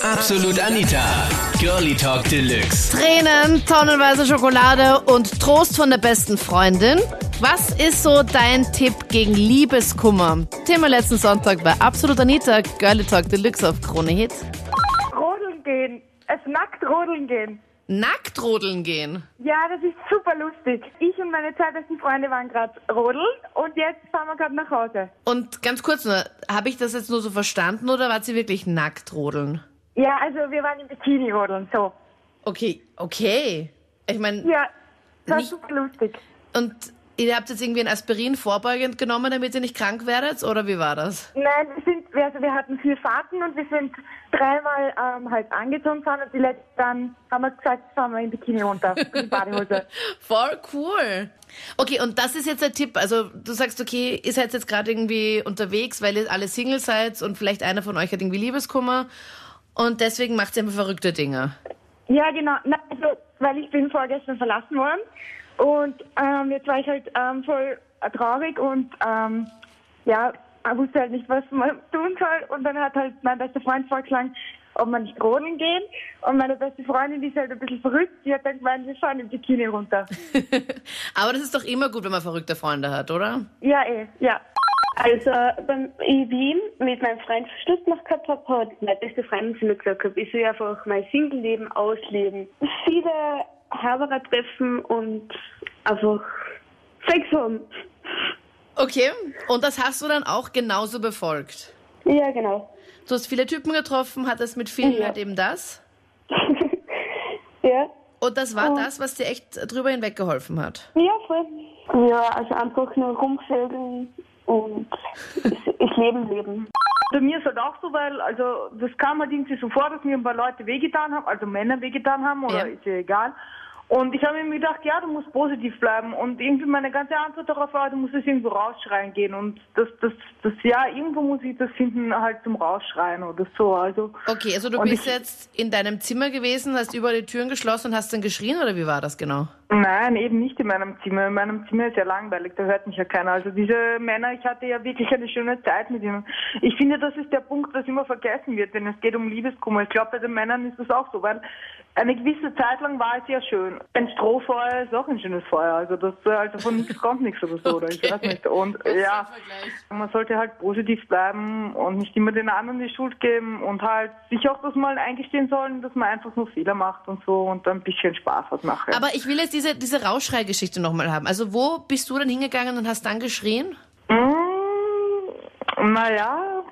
Absolut Anita, Girlie Talk Deluxe. Tränen, tonnenweise Schokolade und Trost von der besten Freundin. Was ist so dein Tipp gegen Liebeskummer? Thema letzten Sonntag bei Absolut Anita, Girlie Talk Deluxe auf Krone Hit. Rodeln gehen. Nackt rodeln gehen. Nackt rodeln gehen? Ja, das ist super lustig. Ich und meine zwei besten Freunde waren gerade rodeln und jetzt fahren wir gerade nach Hause. Und ganz kurz nur, habe ich das jetzt nur so verstanden oder war sie wirklich nackt rodeln? Ja, also wir waren im Bikini rodeln, so. Okay. Ich meine, Ja, das war Nicht- super lustig. und ihr habt jetzt irgendwie ein Aspirin vorbeugend genommen, damit ihr nicht krank werdet, oder wie war das? Nein, wir hatten 4 Fahrten und wir sind 3-mal halt angezogen fahren und die letzte dann haben wir gesagt, fahren wir im Bikini runter, in die Badehose. Voll cool. Okay, und das ist jetzt der Tipp. Also du sagst, okay, ihr seid jetzt gerade irgendwie unterwegs, weil ihr alle Single seid und vielleicht einer von euch hat irgendwie Liebeskummer und deswegen macht ihr einfach verrückte Dinge. Ja, genau. Nein, also, weil ich bin vorgestern verlassen worden und jetzt war ich halt voll traurig und ich wusste halt nicht, was man tun soll und dann hat halt mein bester Freund vorgeschlagen, ob man nicht rodeln gehen und meine beste Freundin, die ist halt ein bisschen verrückt, die hat dann gemeint, wir fahren im Bikini runter. Aber das ist doch immer gut, wenn man verrückte Freunde hat, oder? Ja, ja. Also, in Wien mit meinem Freund Schluss gemacht gehabt habe, hat meine beste Freundin zu mir gesagt, ich soll einfach mein Single-Leben ausleben. Viele Herberer treffen und einfach Sex haben. Okay, und das hast du dann auch genauso befolgt? Ja, genau. Du hast viele Typen getroffen, hattest mit vielen Ja. halt eben das? Ja. Und das war das, was dir echt drüber hinweggeholfen hat? Ja, voll. Ja, also einfach nur rumvögeln und das Leben leben. Bei mir ist halt auch so, weil, also, das kam halt irgendwie so vor, dass mir ein paar Leute wehgetan haben, also Männer wehgetan haben, oder Ja. ist ja egal. Und ich habe mir gedacht, ja, du musst positiv bleiben. Und irgendwie meine ganze Antwort darauf war, du musst es irgendwo rausschreien gehen. Und irgendwo muss ich das finden, halt zum Rausschreien oder so. Also, Okay, also du und bist jetzt in deinem Zimmer gewesen, hast überall die Türen geschlossen und hast dann geschrien, oder wie war das genau? Nein, eben nicht in meinem Zimmer. In meinem Zimmer ist ja langweilig, da hört mich ja keiner. Also diese Männer, ich hatte ja wirklich eine schöne Zeit mit ihnen. Ich finde, das ist der Punkt, das immer vergessen wird, denn es geht um Liebeskummer. Ich glaube, bei den Männern ist das auch so, weil eine gewisse Zeit lang war es ja schön. Ein Strohfeuer ist auch ein schönes Feuer. Also von nichts kommt nichts oder so. Oder ich weiß nicht. Und ja, man sollte halt positiv bleiben und nicht immer den anderen die Schuld geben und halt sich auch das mal eingestehen sollen, dass man einfach nur Fehler macht und so und dann ein bisschen Spaß hat nachher. Aber ich will jetzt diese Rausschrei-Geschichte nochmal haben. Also wo bist du dann hingegangen und hast dann geschrien? Naja,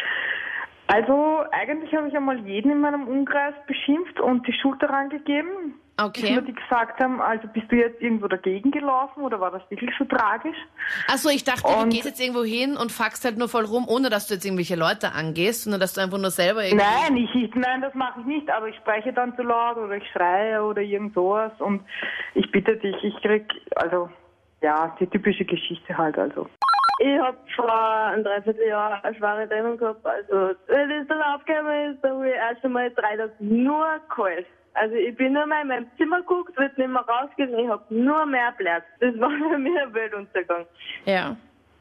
also eigentlich habe ich einmal jeden in meinem Umkreis beschimpft und die Schuld daran gegeben. Okay. Bis mir die gesagt haben, also bist du jetzt irgendwo dagegen gelaufen oder war das wirklich so tragisch? Achso, ich dachte, du Und- gehst jetzt irgendwo hin und fuckst halt nur voll rum, ohne dass du jetzt irgendwelche Leute angehst, sondern dass du einfach nur selber irgendwie... Nein, das mache ich nicht, aber ich spreche dann zu laut oder ich schreie oder irgend sowas und ich bitte dich, ich krieg, also, ja, die typische Geschichte halt, also. Ich habe vor einem Dreivierteljahr eine schwere Trennung gehabt. Also, wenn das dann aufgekommen ist, dann habe ich erst einmal 3 Tage nur kalt. Also, ich bin nur mal in meinem Zimmer geguckt, wird nicht mehr rausgehen, ich habe nur mehr Platz. Das war für mich ein Weltuntergang. Ja.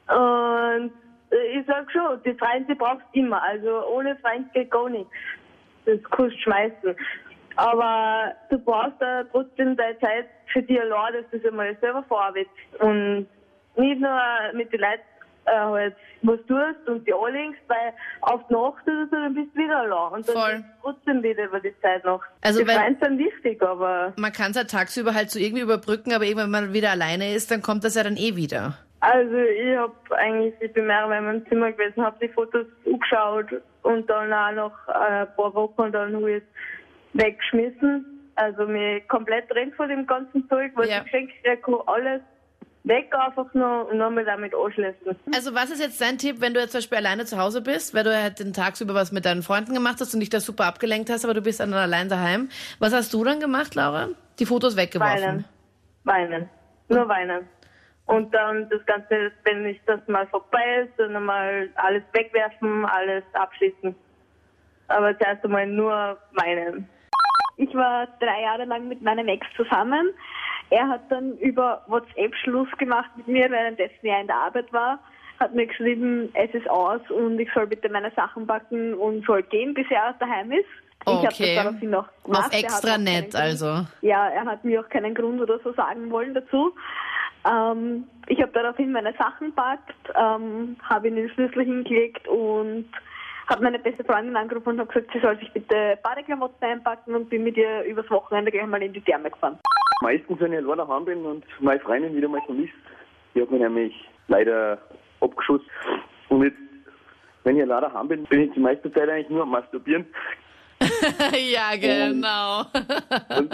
Und ich sag schon, die Freunde, die brauchst du immer. Also, ohne Freund geht gar nichts. Das kannst du schmeißen. Aber du brauchst da trotzdem deine Zeit für dich allein, dass du es einmal selber verarbeitest. Und nicht nur mit den Leuten halt was tust und die anlegst, weil auf die Nacht oder so, dann bist du wieder allein. Und dann Voll. bist du trotzdem wieder über die Zeit noch. Also die wenn- Freunde sind wichtig, aber... Man kann es halt tagsüber halt so irgendwie überbrücken, aber irgendwann, wenn man wieder alleine ist, dann kommt das ja dann eh wieder. Also ich bin mehrmals in meinem Zimmer gewesen, habe die Fotos angeschaut und dann auch nach ein paar Wochen dann habe ich es weggeschmissen. Also mich komplett trennt von dem ganzen Zeug, was Ja. ich geschenkt kriege, alles weg einfach nur und nochmal damit anschließen. Also was ist jetzt dein Tipp, wenn du jetzt zum Beispiel alleine zu Hause bist, weil du halt den Tagsüber was mit deinen Freunden gemacht hast und dich da super abgelenkt hast, aber du bist dann allein daheim. Was hast du dann gemacht, Laura? Die Fotos weggeworfen? Weinen. Nur weinen. Und dann das Ganze, wenn das mal vorbei ist, dann mal alles wegwerfen, alles abschließen. Aber zuerst einmal nur weinen. Ich war 3 Jahre lang mit meinem Ex zusammen. Er hat dann über WhatsApp Schluss gemacht mit mir, währenddessen er in der Arbeit war. Hat mir geschrieben, es ist aus und ich soll bitte meine Sachen packen und soll gehen, bis er daheim ist. Ich habe Okay. das daraufhin noch gemacht. Auf extra nett, also. Ja, er hat mir auch keinen Grund oder so sagen wollen dazu. Ich habe daraufhin meine Sachen gepackt, habe ihn den Schlüssel hingelegt und habe meine beste Freundin angerufen und habe gesagt, sie soll sich bitte Badeklamotten einpacken und bin mit ihr übers Wochenende gleich mal in die Therme gefahren. Meistens, wenn ich allein daheim bin und meine Freundin wieder mal vermisst, die hat mich nämlich leider abgeschossen. Und jetzt, wenn ich allein daheim bin, bin ich die meiste Zeit eigentlich nur am Masturbieren. Ja, genau. Und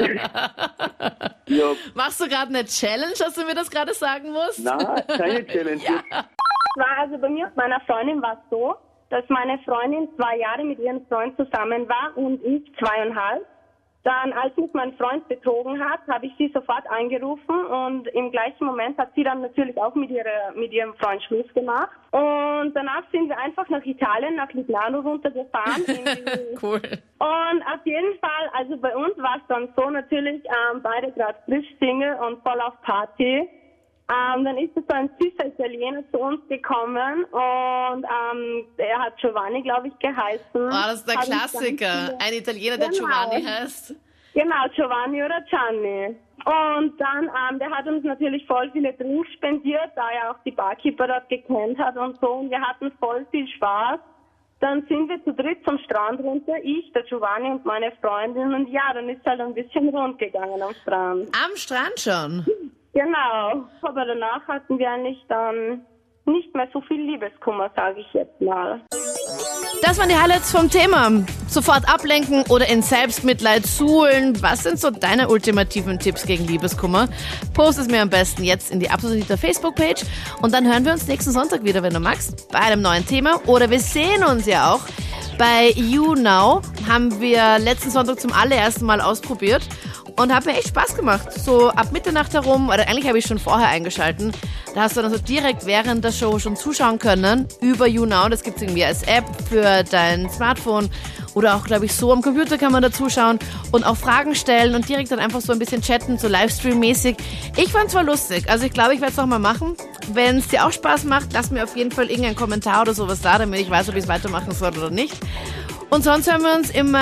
ja, Machst du gerade eine Challenge, dass du mir das gerade sagen musst? nein, keine Challenge. Es war also bei mir und meiner Freundin war es so, dass meine Freundin 2 Jahre mit ihrem Freund zusammen war und ich 2,5. Dann, als mich mein Freund betrogen hat, habe ich sie sofort angerufen und im gleichen Moment hat sie dann natürlich auch mit ihrem Freund Schluss gemacht. Und danach sind wir einfach nach Italien, nach Lignano runtergefahren. Cool. Und auf jeden Fall, also bei uns war es dann so natürlich, beide gerade frisch Single und voll auf Party. Dann ist so ein süßer Italiener zu uns gekommen und er hat Giovanni, glaube ich, geheißen. Oh, das ist der Klassiker. Ein Italiener, der Genau. Giovanni heißt. Genau, Giovanni oder Gianni. Und dann, der hat uns natürlich voll viele Drinks spendiert, da er auch die Barkeeper dort gekannt hat und so. Und wir hatten voll viel Spaß. Dann sind wir zu dritt zum Strand runter, ich, der Giovanni und meine Freundin. Und ja, dann ist halt ein bisschen rund gegangen am Strand. Am Strand schon. Genau. Aber danach hatten wir eigentlich dann nicht mehr so viel Liebeskummer, sage ich jetzt mal. Das waren die Highlights vom Thema. Sofort ablenken oder in Selbstmitleid suhlen. Was sind so deine ultimativen Tipps gegen Liebeskummer? Post es mir am besten jetzt in die Absolut Anita Facebook-Page und dann hören wir uns nächsten Sonntag wieder, wenn du magst, bei einem neuen Thema. Oder wir sehen uns ja auch bei YouNow. Haben wir letzten Sonntag zum allerersten Mal ausprobiert und hat mir echt Spaß gemacht. So ab Mitternacht herum, oder eigentlich habe ich schon vorher eingeschalten. Da hast du dann so direkt während der Show schon zuschauen können über YouNow. Das gibt es irgendwie als App für dein Smartphone oder auch, glaube ich, so am Computer kann man da zuschauen und auch Fragen stellen und direkt dann einfach so ein bisschen chatten, so Livestream-mäßig. Ich fand's voll lustig. Also ich glaube, ich werde es nochmal machen. Wenn es dir auch Spaß macht, lass mir auf jeden Fall irgendeinen Kommentar oder sowas da, damit ich weiß, ob ich es weitermachen soll oder nicht. Und sonst hören wir uns im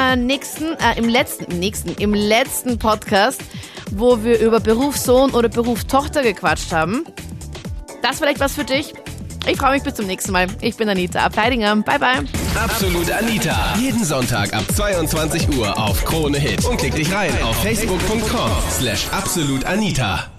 letzten Podcast, wo wir über Beruf Sohn oder Beruf Tochter gequatscht haben. Das ist vielleicht was für dich. Ich freue mich bis zum nächsten Mal. Ich bin Anita Abteidinger. Bye, bye. Absolut Anita. Jeden Sonntag ab 22 Uhr auf Krone Hit. Und klick dich rein auf facebook.com/absolutanita.